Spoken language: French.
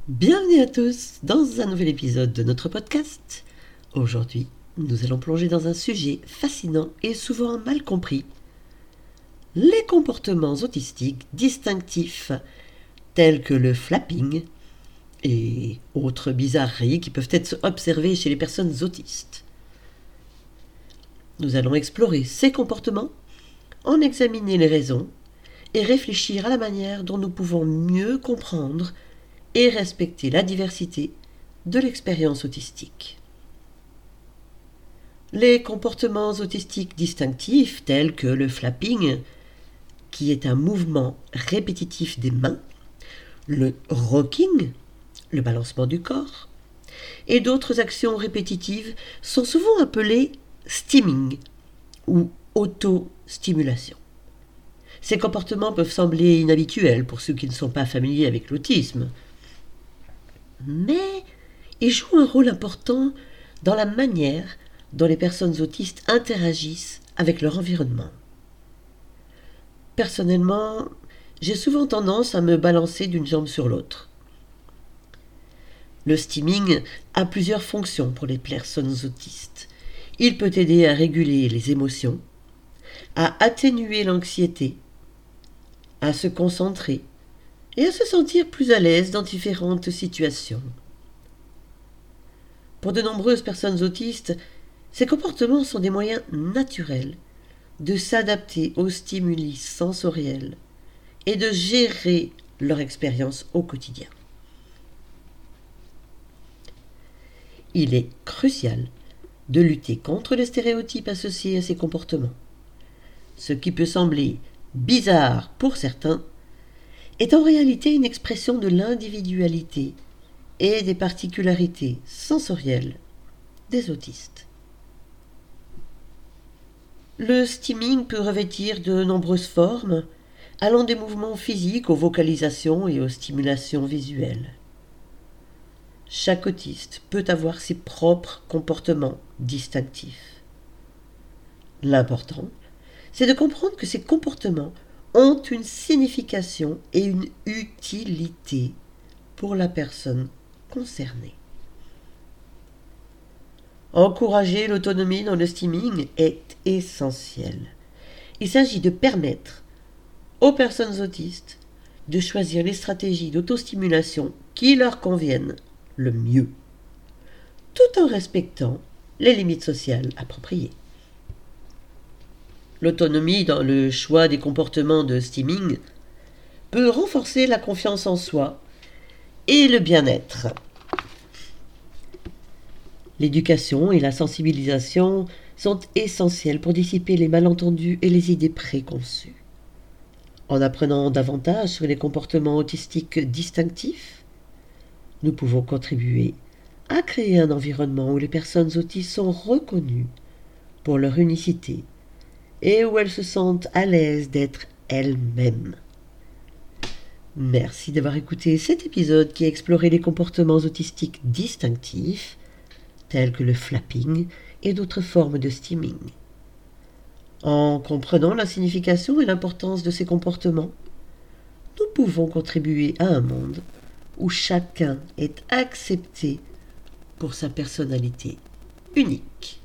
Bienvenue à tous dans un nouvel épisode de notre podcast. Aujourd'hui, nous allons plonger dans un sujet fascinant et souvent mal compris. Les comportements autistiques distinctifs tels que le flapping et autres bizarreries qui peuvent être observées chez les personnes autistes. Nous allons explorer ces comportements, en examiner les raisons et réfléchir à la manière dont nous pouvons mieux comprendre et respecter la diversité de l'expérience autistique. Les comportements autistiques distinctifs tels que le flapping, qui est un mouvement répétitif des mains, le rocking, le balancement du corps, et d'autres actions répétitives sont souvent appelés stimming ou auto-stimulation. Ces comportements peuvent sembler inhabituels pour ceux qui ne sont pas familiers avec l'autisme, mais ils jouent un rôle important dans la manière dont les personnes autistes interagissent avec leur environnement. Personnellement, j'ai souvent tendance à me balancer d'une jambe sur l'autre. Le stimming a plusieurs fonctions pour les personnes autistes. Il peut aider à réguler les émotions, à atténuer l'anxiété, à se concentrer et à se sentir plus à l'aise dans différentes situations. Pour de nombreuses personnes autistes, ces comportements sont des moyens naturels de s'adapter aux stimuli sensoriels et de gérer leur expérience au quotidien. Il est crucial de lutter contre les stéréotypes associés à ces comportements. Ce qui peut sembler bizarre pour certains est en réalité une expression de l'individualité et des particularités sensorielles des autistes. Le stimming peut revêtir de nombreuses formes, allant des mouvements physiques aux vocalisations et aux stimulations visuelles. Chaque autiste peut avoir ses propres comportements distinctifs. L'important, c'est de comprendre que ces comportements ont une signification et une utilité pour la personne concernée. Encourager l'autonomie dans le stimming est essentiel. Il s'agit de permettre aux personnes autistes de choisir les stratégies d'autostimulation qui leur conviennent le mieux, tout en respectant les limites sociales appropriées. L'autonomie dans le choix des comportements de stimming peut renforcer la confiance en soi et le bien-être. L'éducation et la sensibilisation sont essentielles pour dissiper les malentendus et les idées préconçues. En apprenant davantage sur les comportements autistiques distinctifs, nous pouvons contribuer à créer un environnement où les personnes autistes sont reconnues pour leur unicité et où elles se sentent à l'aise d'être elles-mêmes. Merci d'avoir écouté cet épisode qui a exploré les comportements autistiques distinctifs, tels que le flapping et d'autres formes de stimming. En comprenant la signification et l'importance de ces comportements, nous pouvons contribuer à un monde où chacun est accepté pour sa personnalité unique.